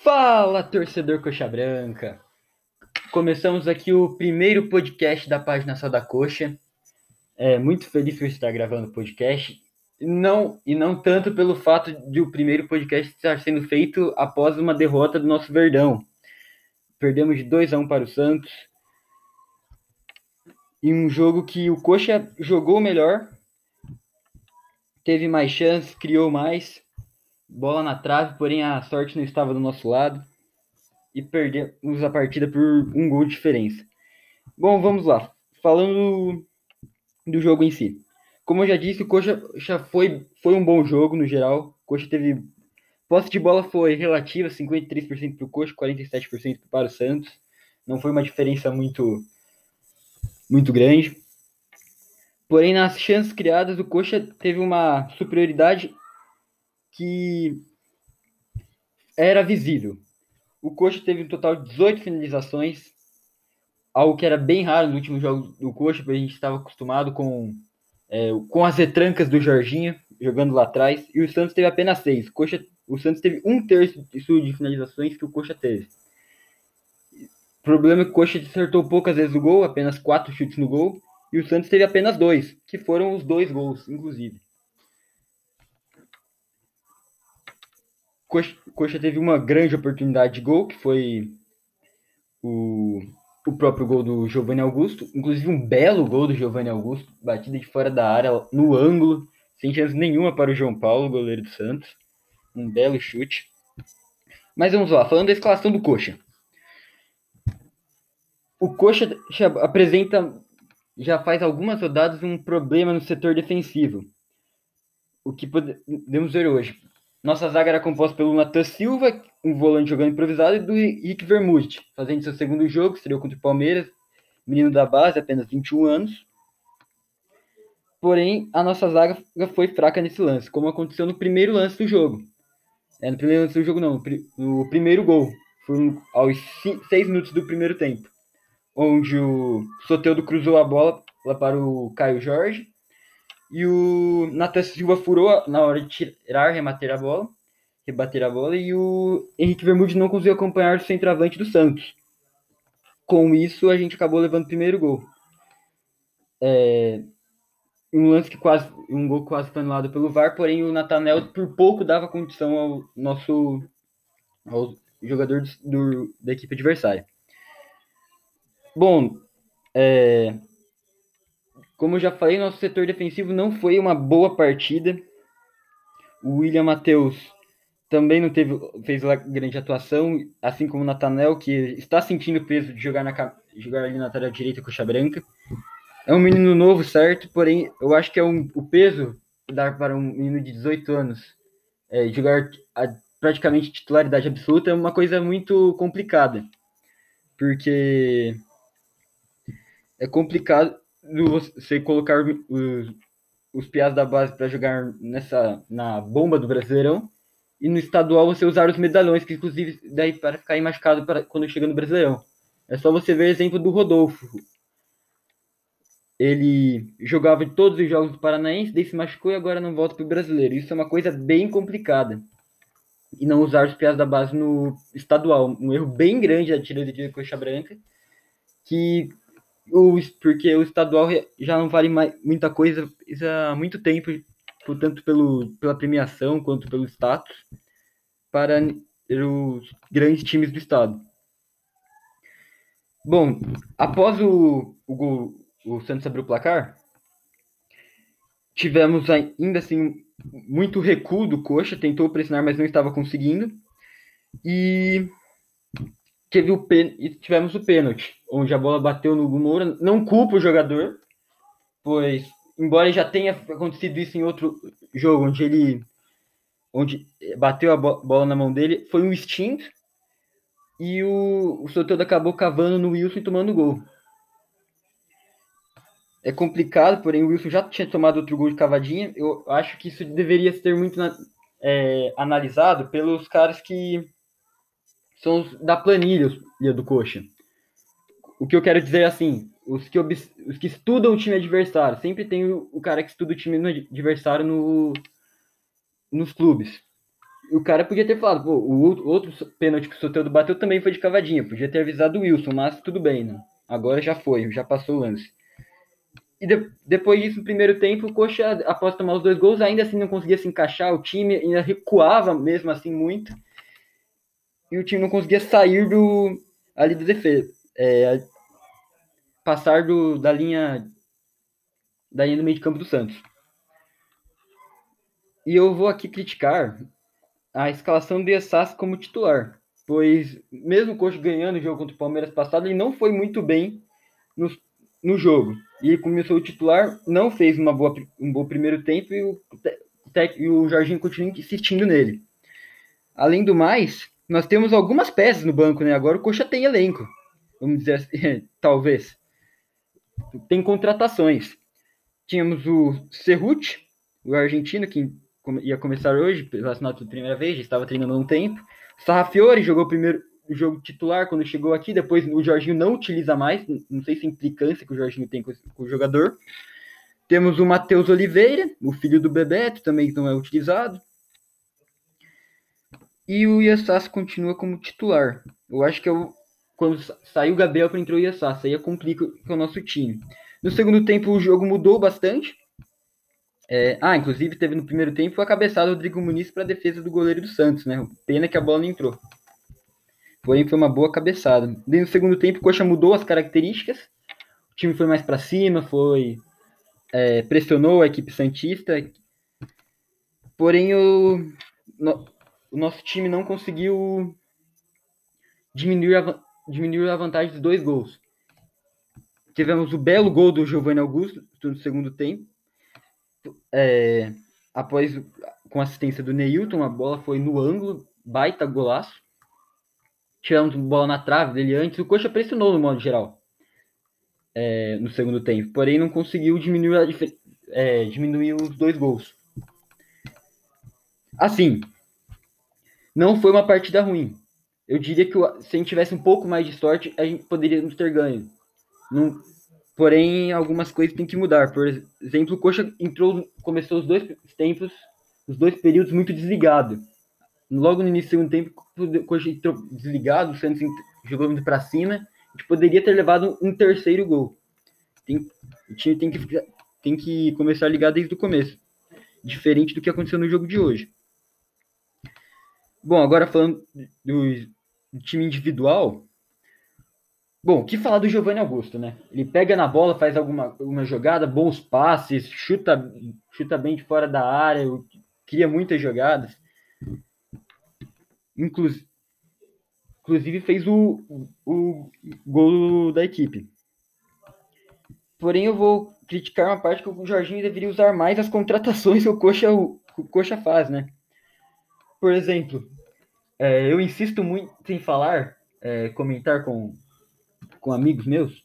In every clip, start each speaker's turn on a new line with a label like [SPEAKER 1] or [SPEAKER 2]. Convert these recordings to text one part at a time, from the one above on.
[SPEAKER 1] Fala, torcedor Coxa Branca! Começamos aqui o primeiro podcast da página Só da Coxa. Muito feliz por estar gravando o podcast. E não tanto pelo fato de o primeiro podcast estar sendo feito após uma derrota do nosso Verdão. Perdemos de 2-1 para o Santos. Em um jogo que o Coxa jogou melhor, teve mais chances, criou mais, bola na trave, porém a sorte não estava do nosso lado. E perdemos a partida por um gol de diferença. Bom, vamos lá. Falando do jogo em si. Como eu já disse, o Coxa já foi um bom jogo no geral. O Coxa teve. Posse de bola foi relativa, 53% para o Coxa, 47% para o Santos. Não foi uma diferença muito grande. Porém, nas chances criadas, o Coxa teve uma superioridade que era visível. O Coxa teve um total de 18 finalizações, algo que era bem raro no último jogo do Coxa, porque a gente estava acostumado com as retrancas do Jorginho, jogando lá atrás, e o Santos teve apenas 6. O Santos teve um terço de finalizações que o Coxa teve. O problema é que o Coxa acertou poucas vezes o gol, apenas 4 chutes no gol, e o Santos teve apenas 2, que foram os 2 gols, inclusive. O Coxa teve uma grande oportunidade de gol, que foi o próprio gol do Giovanni Augusto, inclusive um belo gol do Giovanni Augusto, batida de fora da área, no ângulo, sem chance nenhuma para o João Paulo, goleiro do Santos. Um belo chute. Mas vamos lá, falando da escalação do Coxa. O Coxa apresenta, já faz algumas rodadas, um problema no setor defensivo. O que podemos ver hoje. Nossa zaga era composta pelo Nathan Silva, um volante jogando improvisado, e do Rick Vermouth, fazendo seu segundo jogo, estreou contra o Palmeiras, menino da base, apenas 21 anos. Porém, a nossa zaga foi fraca nesse lance, como aconteceu no primeiro lance do jogo. No primeiro lance do jogo não, no primeiro gol. Foi aos 6 minutos do primeiro tempo, onde o Soteldo cruzou a bola lá para o Caio Jorge e o Nathan Silva furou na hora de rebater a bola, e o Henrique Vermouth não conseguiu acompanhar o centroavante do Santos. Com isso, a gente acabou levando o primeiro gol. Um gol quase foi anulado pelo VAR, porém o Natanel por pouco dava condição ao jogador da equipe adversária. Bom, como eu já falei, nosso setor defensivo não foi uma boa partida. O William Matheus também não fez uma grande atuação, assim como o Natanel, que está sentindo o peso de jogar ali na lateral direita Coxa Branca. É um menino novo, certo? Porém, eu acho que o peso dar para um menino de 18 anos jogar praticamente titularidade absoluta é uma coisa muito complicada. Porque é complicado você colocar os piás da base para jogar na bomba do Brasileirão, e no estadual você usar os medalhões, que inclusive daí para ficar machucado quando chega no Brasileirão. É só você ver o exemplo do Rodolfo. Ele jogava em todos os jogos do Paranaense, daí se machucou e agora não volta para o Brasileiro. Isso é uma coisa bem complicada. E não usar os piás da base no estadual. Um erro bem grande da diretoria de Coxa Branca, porque o estadual já não vale mais muita coisa há muito tempo, tanto pela premiação quanto pelo status, para os grandes times do estado. Bom, após o gol, o Santos abriu o placar, tivemos ainda assim muito recuo do Coxa, tentou pressionar, mas não estava conseguindo, e tivemos o pênalti, onde a bola bateu no Moura. Não culpo o jogador, pois, embora já tenha acontecido isso em outro jogo, onde bateu a bola na mão dele, foi um instinto, e o Soteldo acabou cavando no Wilson e tomando gol. É complicado, porém o Wilson já tinha tomado outro gol de cavadinha. Eu acho que isso deveria ser muito analisado pelos caras que são da planilha do Coxa. O que eu quero dizer é assim, os que estudam o time adversário, sempre tem o cara que estuda o time adversário nos clubes. o cara podia ter falado, pô, outro pênalti que o Soteldo bateu também foi de cavadinha. Podia ter avisado o Wilson, mas tudo bem, né? Agora já foi, já passou o lance. E depois disso, no primeiro tempo, o Coxa, após tomar os 2 gols, ainda assim não conseguia se encaixar. O time ainda recuava mesmo assim muito. E o time não conseguia sair ali do defesa. Passar da linha do meio de campo do Santos. E eu vou aqui criticar a escalação do Essas como titular, pois mesmo o Coxa ganhando o jogo contra o Palmeiras passado, ele não foi muito bem no jogo. E ele começou o titular, não fez um bom primeiro tempo e o Jorginho continua insistindo nele. Além do mais, nós temos algumas peças no banco, né? Agora o Coxa tem elenco, vamos dizer assim, talvez. Tem contratações. Tínhamos o Cerruti, o argentino, que ia começar hoje, pela assinatura primeira vez, já estava treinando há um tempo. O Sarrafiori jogou o primeiro jogo titular quando chegou aqui, depois o Jorginho não utiliza mais, não sei se a implicância que o Jorginho tem com o jogador. Temos o Matheus Oliveira, o filho do Bebeto, também não é utilizado. E o Iassas continua como titular. Eu acho que quando saiu o Gabriel para entrar o Iassas, aí complica com o nosso time. No segundo tempo o jogo mudou bastante. Inclusive teve no primeiro tempo a cabeçada do Rodrigo Muniz para a defesa do goleiro do Santos, né? Pena que a bola não entrou. Porém foi uma boa cabeçada. No segundo tempo o Coxa mudou as características. O time foi mais para cima, pressionou a equipe santista. Porém o nosso time não conseguiu diminuir a vantagem dos 2 gols. Tivemos o belo gol do Giovanni Augusto no segundo tempo. Após com assistência do Neilton, a bola foi no ângulo, baita golaço. Tiramos bola na trave dele antes. O Coxa pressionou no modo geral no segundo tempo, porém não conseguiu diminuir os 2 gols. Assim, não foi uma partida ruim. Eu diria que se a gente tivesse um pouco mais de sorte, a gente poderia ter ganho. Porém, algumas coisas têm que mudar. Por exemplo, o Coxa começou os 2 tempos, os 2 períodos muito desligado. Logo no início do segundo tempo, o Coxa entrou desligado, o Santos jogou muito para cima. A gente poderia ter levado um terceiro gol. O time tem que começar a ligar desde o começo. Diferente do que aconteceu no jogo de hoje. Bom, agora falando do time individual. Bom, o que falar do Giovanni Augusto, né? Ele pega na bola, faz alguma jogada, bons passes, chuta bem de fora da área, cria muitas jogadas. Inclusive fez o gol da equipe. Porém, eu vou criticar uma parte que o Jorginho deveria usar mais as contratações que o Coxa faz, né? Por exemplo, eu insisto muito em comentar com amigos meus,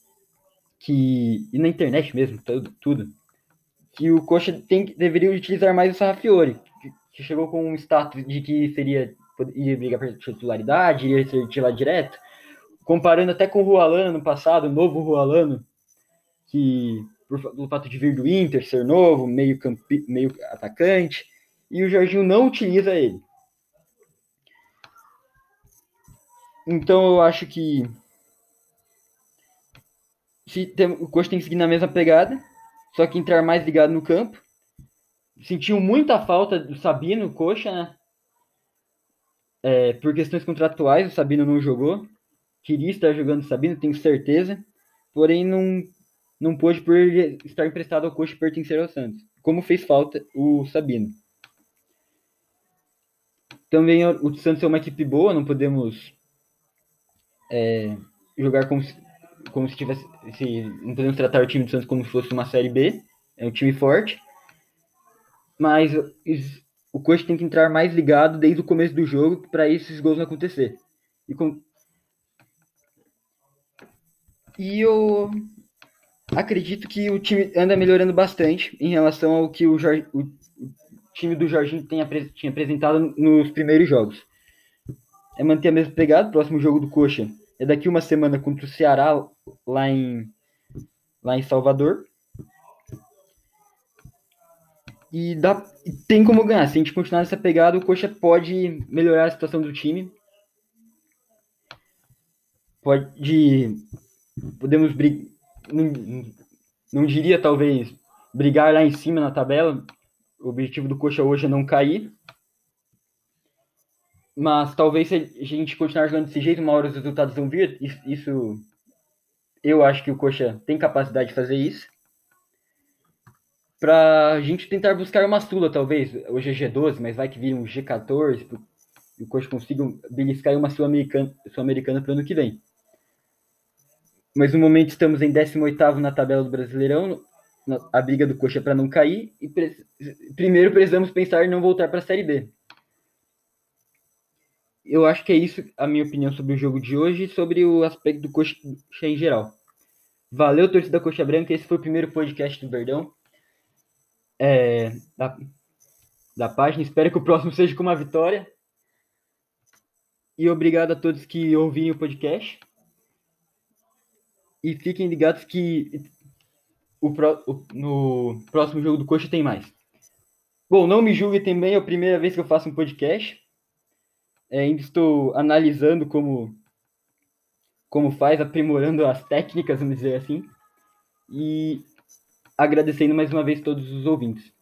[SPEAKER 1] e na internet mesmo, tudo, que o Coxa deveria utilizar mais o Sarrafiori, que chegou com um status de que ia brigar para titularidade, ia ser titular direto, comparando até com o Rualano no passado, o novo Rualano, que pelo fato de vir do Inter, ser novo, meio atacante, e o Jorginho não utiliza ele. Então eu acho que o Coxa tem que seguir na mesma pegada, só que entrar mais ligado no campo. Sentiu muita falta do Sabino, Coxa, né? Por questões contratuais, o Sabino não jogou. Queria estar jogando o Sabino, tenho certeza. Porém, não pôde por ele estar emprestado ao Coxa e pertencer ao Santos. Como fez falta o Sabino. Também o Santos é uma equipe boa, não podemos jogar como se tivesse. Não podemos tratar o time do Santos como se fosse uma Série B. É um time forte. Mas o Coxa tem que entrar mais ligado desde o começo do jogo para esses gols não acontecer. E eu acredito que o time anda melhorando bastante em relação ao que o time do Jorginho tinha apresentado nos primeiros jogos. É manter a mesma pegada. O próximo jogo do Coxa é daqui uma semana contra o Ceará, lá em Salvador. E tem como ganhar. Se a gente continuar nessa pegada, o Coxa pode melhorar a situação do time. Podemos brigar. Não diria, talvez, brigar lá em cima na tabela. O objetivo do Coxa hoje é não cair. Mas talvez se a gente continuar jogando desse jeito, uma hora os resultados vão vir. Isso, eu acho que o Coxa tem capacidade de fazer isso. Pra gente tentar buscar uma Sula, talvez. Hoje é G12, mas vai que vira um G14 e o Coxa consiga beliscar uma Sul-Americana para o ano que vem. Mas no momento estamos em 18º na tabela do Brasileirão. A briga do Coxa é para não cair. E primeiro precisamos pensar em não voltar para a Série B. Eu acho que é isso a minha opinião sobre o jogo de hoje e sobre o aspecto do Coxa em geral. Valeu, torcida Coxa Branca. Esse foi o primeiro podcast do Verdão. Da página. Espero que o próximo seja com uma vitória. E obrigado a todos que ouviram o podcast. E fiquem ligados que no próximo jogo do Coxa tem mais. Bom, não me julgue também, é a primeira vez que eu faço um podcast. Ainda estou analisando como faz, aprimorando as técnicas, vamos dizer assim. E agradecendo mais uma vez todos os ouvintes.